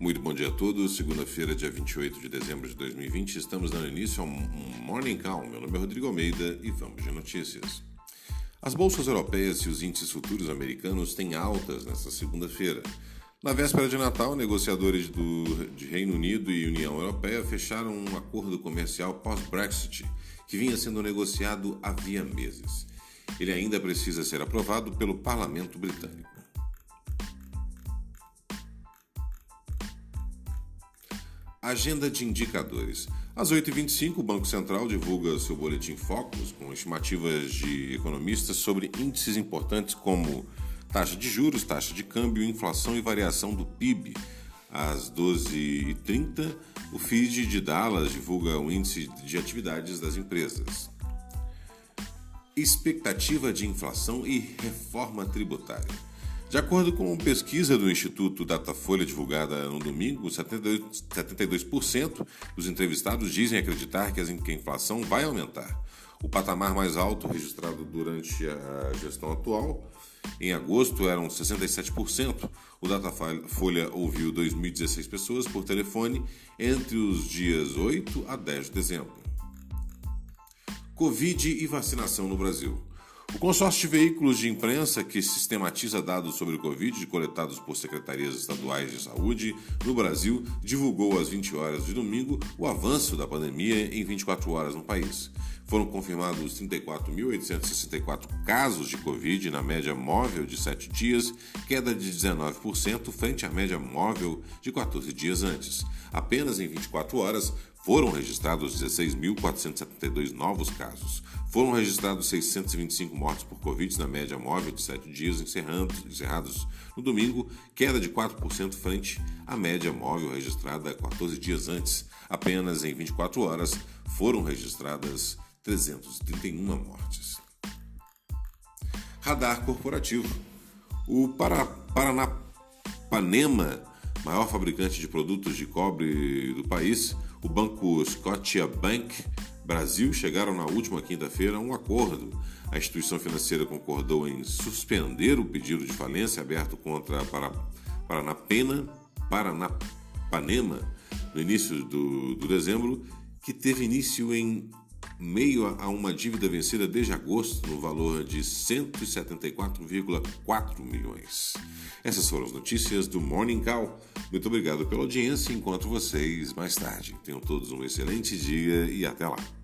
Muito bom dia a todos. Segunda-feira, dia 28 de dezembro de 2020. Estamos dando início a um Morning Call. Meu nome é Rodrigo Almeida e vamos de notícias. As bolsas europeias e os índices futuros americanos têm altas nesta segunda-feira. Na véspera de Natal, negociadores de Reino Unido e União Europeia fecharam um acordo comercial pós-Brexit, que vinha sendo negociado havia meses. Ele ainda precisa ser aprovado pelo Parlamento Britânico. Agenda de indicadores. Às 8h25, o Banco Central divulga seu boletim Focus, com estimativas de economistas sobre índices importantes como taxa de juros, taxa de câmbio, inflação e variação do PIB. Às 12h30, o FID de Dallas divulga o índice de atividades das empresas. Expectativa de inflação e reforma tributária. De acordo com pesquisa do Instituto Datafolha divulgada no domingo, 72% dos entrevistados dizem acreditar que a inflação vai aumentar. O patamar mais alto registrado durante a gestão atual, em agosto, eram 67%. O Datafolha ouviu 2.016 pessoas por telefone entre os dias 8 a 10 de dezembro. Covid e vacinação no Brasil. O consórcio de veículos de imprensa que sistematiza dados sobre o Covid coletados por secretarias estaduais de saúde no Brasil divulgou às 20 horas de domingo o avanço da pandemia em 24 horas no país. Foram confirmados 34.864 casos de Covid na média móvel de 7 dias, queda de 19% frente à média móvel de 14 dias antes. Apenas em 24 horas foram registrados 16.472 novos casos. Foram registrados 625 mortes por Covid na média móvel de 7 dias encerrados no domingo, queda de 4% frente à média móvel registrada 14 dias antes. Apenas em 24 horas foram registradas 331 mortes. Radar corporativo. O Paranapanema, maior fabricante de produtos de cobre do país, o banco Scotiabank Brasil chegaram na última quinta-feira a um acordo. A instituição financeira concordou em suspender o pedido de falência aberto contra a Paranapanema no início do dezembro, que teve início em meio a uma dívida vencida desde agosto no valor de 174,4 milhões. Essas foram as notícias do Morning Call. Muito obrigado pela audiência e encontro vocês mais tarde. Tenham todos um excelente dia e até lá.